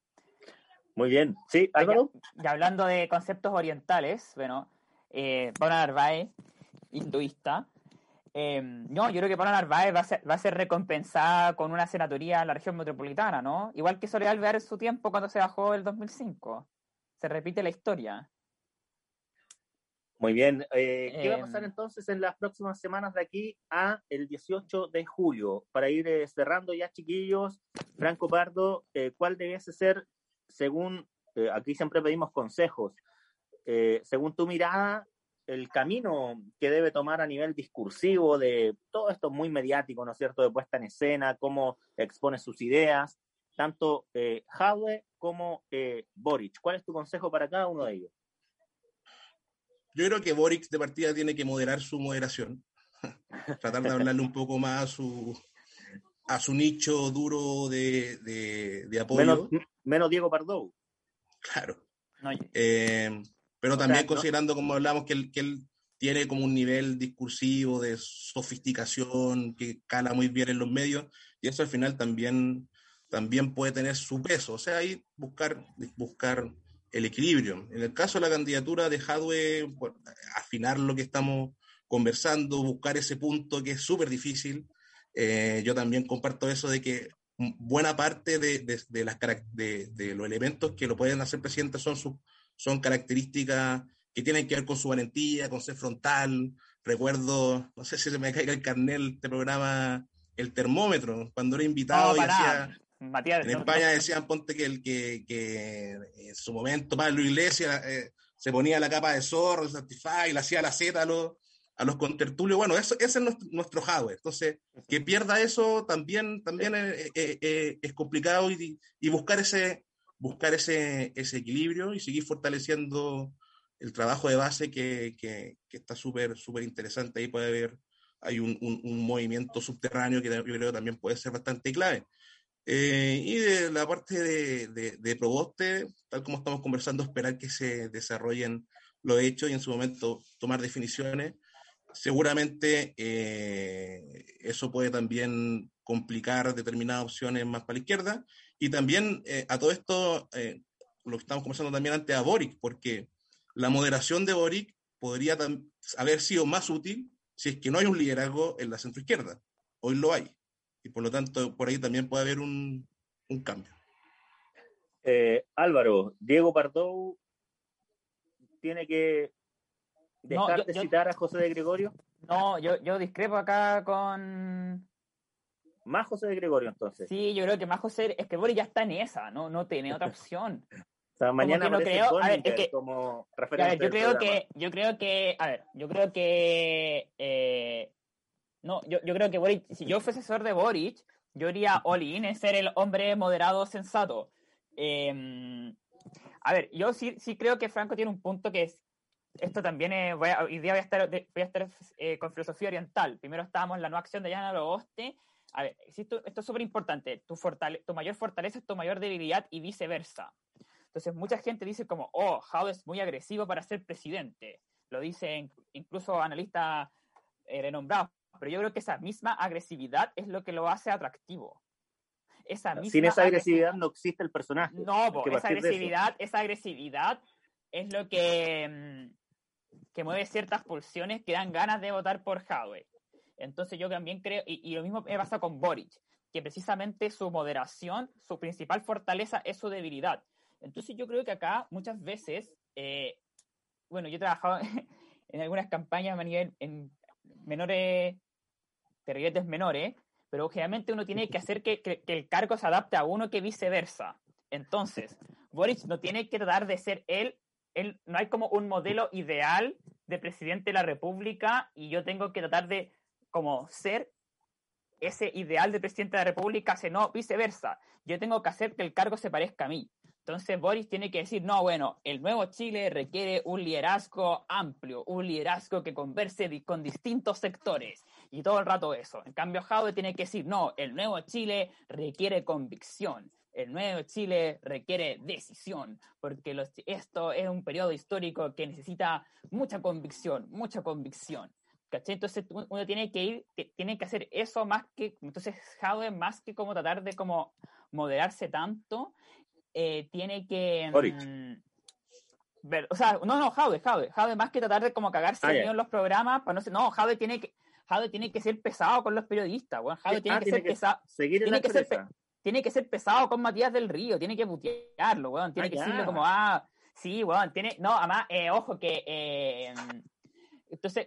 Muy bien. Sí, Álvaro. Ya hablando de conceptos orientales, bueno, Paula Narváez, hinduista. No, yo creo que Paula Narváez va a ser recompensada con una senatoría en la región metropolitana, ¿no? Igual que Soledad Alvear en su tiempo cuando se bajó el 2005. Se repite la historia. Muy bien. ¿Qué va a pasar entonces en las próximas semanas de aquí a el 18 de julio? Para ir cerrando ya, chiquillos, Franco Pardo, ¿cuál debiese ser, según, aquí siempre pedimos consejos, según tu mirada, el camino que debe tomar a nivel discursivo de todo esto muy mediático, ¿no es cierto?, de puesta en escena, cómo expone sus ideas, tanto Jadwe como Boric? ¿Cuál es tu consejo para cada uno de ellos? Yo creo que Boric de partida tiene que moderar su moderación, tratar de hablarle un poco más a su nicho duro de apoyo. Menos Diego Pardo. Claro. No, pero también considerando, como hablamos, que él tiene como un nivel discursivo de sofisticación que cala muy bien en los medios, y eso al final también puede tener su peso. O sea, ahí buscar el equilibrio. En el caso de la candidatura de Jadwe, bueno, afinar lo que estamos conversando, buscar ese punto que es súper difícil. Yo también comparto eso de que buena parte de los elementos que lo pueden hacer presidente son características que tienen que ver con su valentía, con ser frontal. Recuerdo, no sé si se me caiga el carnet, este programa El Termómetro, cuando era invitado y decía... Matías, en España decían, ponte que en su momento Pablo Iglesias se ponía la capa de zorro, el Satisfy, le hacía la Z a los contertulios. Bueno, ese es nuestro Jadwe. Entonces, que pierda eso también es complicado, y buscar ese equilibrio y seguir fortaleciendo el trabajo de base que está súper interesante. Ahí hay un movimiento subterráneo que yo creo que también puede ser bastante clave. Y de la parte de Proboste, tal como estamos conversando, esperar que se desarrollen los hechos y en su momento tomar definiciones. Seguramente eso puede también complicar determinadas opciones más para la izquierda. Y también a todo esto, lo que estamos conversando también antes, a Boric, porque la moderación de Boric podría haber sido más útil si es que no hay un liderazgo en la centroizquierda. Hoy lo hay. Y por lo tanto, por ahí también puede haber un cambio. Álvaro, Diego Pardo tiene que dejar de citar a José de Gregorio. No, yo discrepo acá con... Más José de Gregorio, entonces. Sí, yo creo que más José... Es que Boris ya está en esa, no tiene otra opción. O sea, mañana no creo... A ver, como referente. A ver, yo creo que... No, yo creo que Boric, si yo fuese asesor de Boric, yo iría all in en ser el hombre moderado sensato. A ver, yo sí creo que Franco tiene un punto que es, esto también hoy día voy a estar con filosofía oriental. Primero estábamos en la no acción de Yana Logoste. A ver, esto es súper importante. Tu mayor fortaleza es tu mayor debilidad y viceversa. Entonces mucha gente dice como, Jadwe es muy agresivo para ser presidente. Lo dicen incluso analistas renombrados. Pero yo creo que esa misma agresividad es lo que lo hace atractivo. Sin esa agresividad no existe el personaje. No, esa agresividad es lo que mueve ciertas pulsiones que dan ganas de votar por Jadwe. Entonces yo también creo, y lo mismo me pasa con Boric, que precisamente su moderación, su principal fortaleza es su debilidad. Entonces yo creo que acá muchas veces, yo he trabajado en algunas campañas a nivel en menores, terribles menores, pero obviamente uno tiene que hacer que el cargo se adapte a uno que viceversa. Entonces, Boric no tiene que tratar de ser él, no hay como un modelo ideal de presidente de la República y yo tengo que tratar de como ser ese ideal de presidente de la República, no, viceversa. Yo tengo que hacer que el cargo se parezca a mí. Entonces Boric tiene que decir, no, bueno, el nuevo Chile requiere un liderazgo amplio, un liderazgo que converse con distintos sectores, y todo el rato eso. En cambio, Jadwe tiene que decir, no, el nuevo Chile requiere convicción, el nuevo Chile requiere decisión, porque esto es un periodo histórico que necesita mucha convicción. ¿Cachai? Entonces uno tiene que hacer eso más que, entonces Jadwe más que como tratar de como moderarse tanto, tiene que ver, o sea, Jadwe más que tratar de como cagarse en los programas, para Jadwe tiene que ser pesado con los periodistas, bueno, Jadwe tiene que ser pesado, tiene que ser pesado con Matías del Río, tiene que putearlo, weón, tiene que decirle como, sí, weón, además, ojo que entonces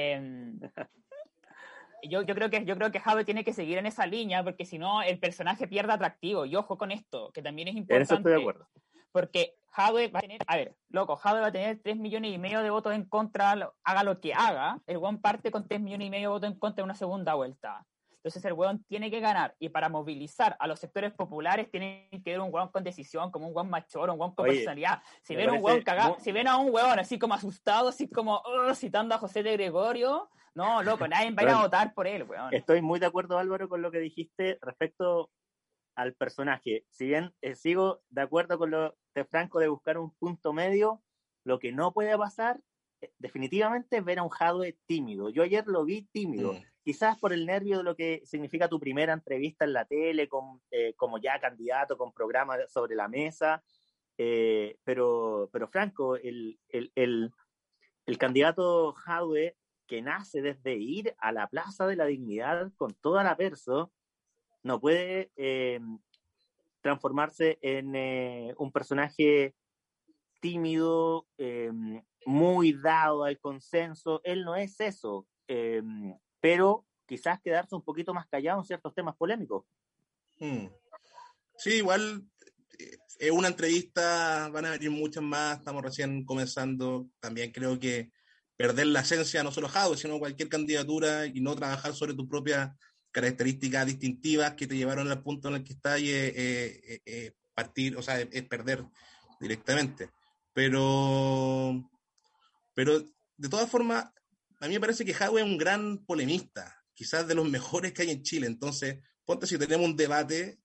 yo creo que Jadwe tiene que seguir en esa línea, porque si no el personaje pierde atractivo. Y ojo con esto, que también es importante. En eso estoy de acuerdo. Porque Jadwe va a tener, Jadwe va a tener 3,5 millones de votos en contra, haga lo que haga. El weón parte con 3,5 millones de votos en contra en una segunda vuelta. Entonces el weón tiene que ganar, y para movilizar a los sectores populares tiene que ver un weón con decisión, como un weón machoro, un weón con personalidad. Si ven a un weón así como asustado, así como citando a José de Gregorio, no, loco, nadie va a ir a votar por él, weón. Estoy muy de acuerdo, Álvaro, con lo que dijiste respecto al personaje. Si bien sigo de acuerdo con lo de Franco de buscar un punto medio, Lo que no puede pasar, definitivamente, es ver a un Jadwe tímido. Yo ayer lo vi tímido, quizás por el nervio de lo que significa tu primera entrevista en la tele, como ya candidato, con programa sobre la mesa, pero Franco, el candidato Jadwe, que nace desde ir a la Plaza de la Dignidad con toda la perso, no puede transformarse en un personaje tímido, muy dado al consenso. Él no es eso, pero quizás quedarse un poquito más callado en ciertos temas polémicos. Sí, igual es una entrevista, van a venir muchas más, estamos recién comenzando. También creo que perder la esencia, no solo Jadwe, sino cualquier candidatura, y no trabajar sobre tus propias características distintivas que te llevaron al punto en el que estás, y partir, o sea, es perder directamente. Pero de todas formas, a mí me parece que Jadwe es un gran polemista, quizás de los mejores que hay en Chile. Entonces, ponte, si tenemos un debate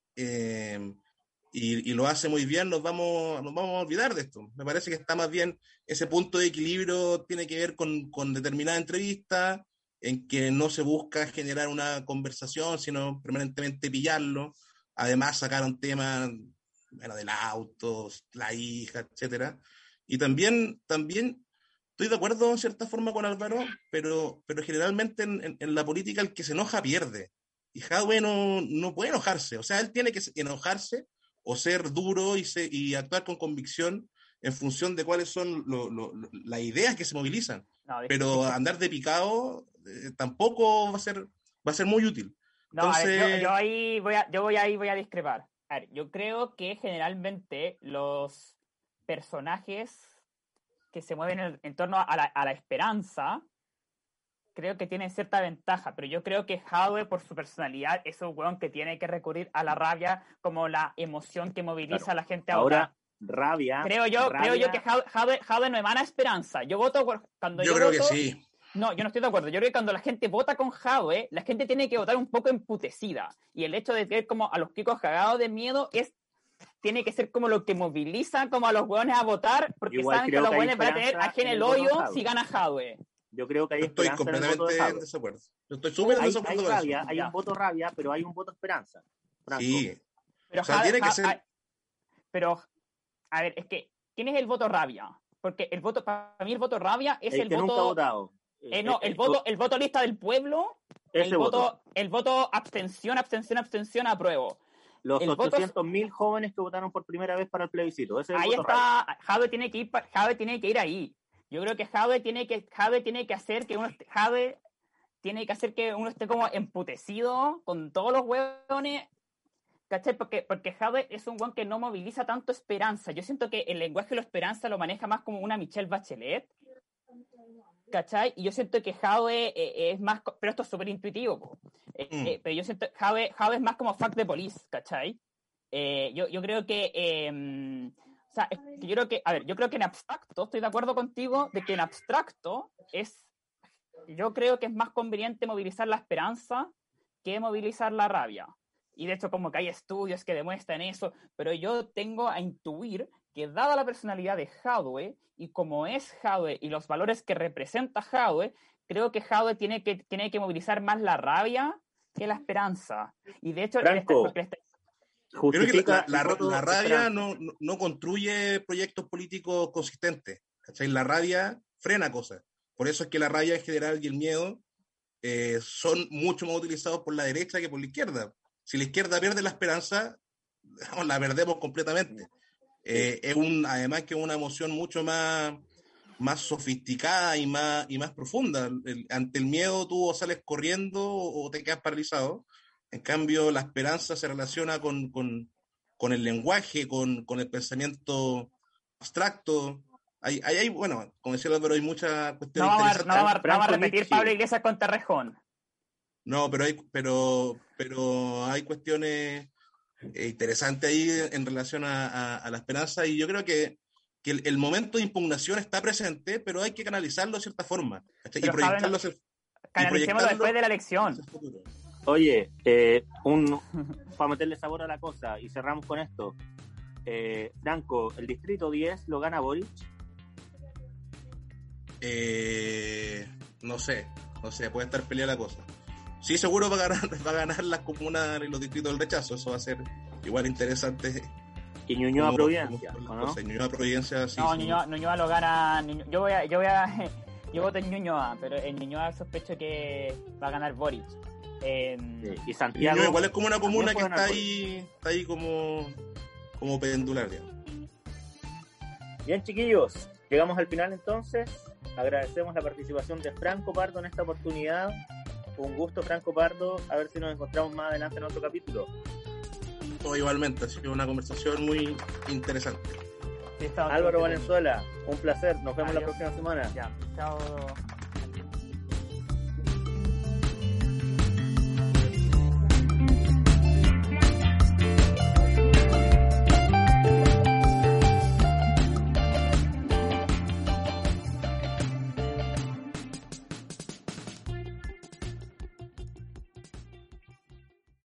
y lo hace muy bien, nos vamos a olvidar de esto. Me parece que está más bien, ese punto de equilibrio tiene que ver con determinada entrevista, en que no se busca generar una conversación, sino permanentemente pillarlo. Además, sacaron temas, bueno, del auto, la hija, etcétera. Y también estoy de acuerdo en cierta forma con Álvaro, pero generalmente en la política el que se enoja pierde. Y Jadwe no puede enojarse. O sea, él tiene que enojarse o ser duro y actuar con convicción en función de cuáles son las ideas que se movilizan. No, pero andar de picado tampoco va a ser muy útil. No, entonces... a ver, yo voy a discrepar. A ver, yo creo que generalmente los personajes que se mueven en torno a la esperanza, creo que tienen cierta ventaja, pero yo creo que Jadwe, por su personalidad, es un weón que tiene que recurrir a la rabia como la emoción que moviliza a la gente a votar. Rabia. Creo yo que Jadwe no emana esperanza. Yo voto cuando yo creo que sí. No, yo no estoy de acuerdo. Yo creo que cuando la gente vota con Jadwe, la gente tiene que votar un poco emputecida. Y el hecho de ver como a los chicos cagados de miedo tiene que ser como lo que moviliza como a los hueones a votar, porque igual saben que los hueones van a tener aquí en el hoyo si gana Jadwe. Yo creo que hay estoy completamente en desacuerdo. Yo estoy súper en desacuerdo con eso. Hay un voto rabia, pero hay un voto esperanza. Franco. Sí. Pero, o sea, tiene que ser... Pero, a ver, es que, ¿quién es el voto rabia? Porque para mí el voto rabia es el que voto... nunca ha votado. No, el voto lista del pueblo, el voto abstención, apruebo. Los 800.000 jóvenes que votaron por primera vez para el plebiscito. Ese es el ahí voto está, Jadwe tiene que ir ahí. Yo creo que Jadwe tiene que hacer que uno esté como emputecido con todos los hueones, ¿cachai? Porque Jadwe es un hueón que no moviliza tanto esperanza. Yo siento que el lenguaje de la esperanza lo maneja más como una Michelle Bachelet, ¿cachai? Y yo siento que Jadwe es más, pero esto es súper intuitivo, pero yo siento que Jadwe es más como fuck the police, ¿cachai? Yo creo que o sea, yo creo que en abstracto, estoy de acuerdo contigo de que en abstracto yo creo que es más conveniente movilizar la esperanza que movilizar la rabia. Y de hecho como que hay estudios que demuestran eso, pero yo tengo a intuir que dada la personalidad de Jadwe, y como es Jadwe y los valores que representa Jadwe, creo que Jadwe tiene que movilizar más la rabia que la esperanza. Y de hecho, creo que la rabia no construye proyectos políticos consistentes, ¿cachai? La rabia frena cosas. Por eso es que la rabia en general y el miedo son mucho más utilizados por la derecha que por la izquierda. Si la izquierda pierde la esperanza, la perdemos completamente. Además que es una emoción mucho más sofisticada y más profunda. Ante el miedo tú o sales corriendo o te quedas paralizado. En cambio, la esperanza se relaciona con el lenguaje, con el pensamiento abstracto. Bueno, como decía Álvaro, hay muchas cuestiones interesantes. No vamos a repetir Pablo Iglesias con Torrejón. No, pero hay cuestiones interesantes ahí en relación a la esperanza, y yo creo que el momento de impugnación está presente, pero hay que canalizarlo de cierta forma, ¿cachai? Y proyectarlo. Canalicémoslo después de la elección. Oye, para meterle sabor a la cosa, y cerramos con esto. Franco, ¿el distrito 10 lo gana Boric? No sé, puede estar peleada la cosa. Sí, seguro va a ganar las comunas y los distritos del rechazo, eso va a ser igual interesante. Y Ñuñoa Providencia, ¿no? Ñuñoa Providencia, sí. No, Ñuñoa lo gana. Yo voto en Ñuñoa, pero en Ñuñoa sospecho que va a ganar Boric. Y Santiago. Ñuñoa igual es como una comuna que está ahí como pendular, digamos. Bien, chiquillos, llegamos al final entonces. Agradecemos la participación de Franco Pardo en esta oportunidad. Un gusto, Franco Pardo. A ver si nos encontramos más adelante en otro capítulo. Igualmente, ha sido una conversación muy interesante. Sí, Álvaro Valenzuela, un placer. Nos vemos la próxima semana. Ya, chao.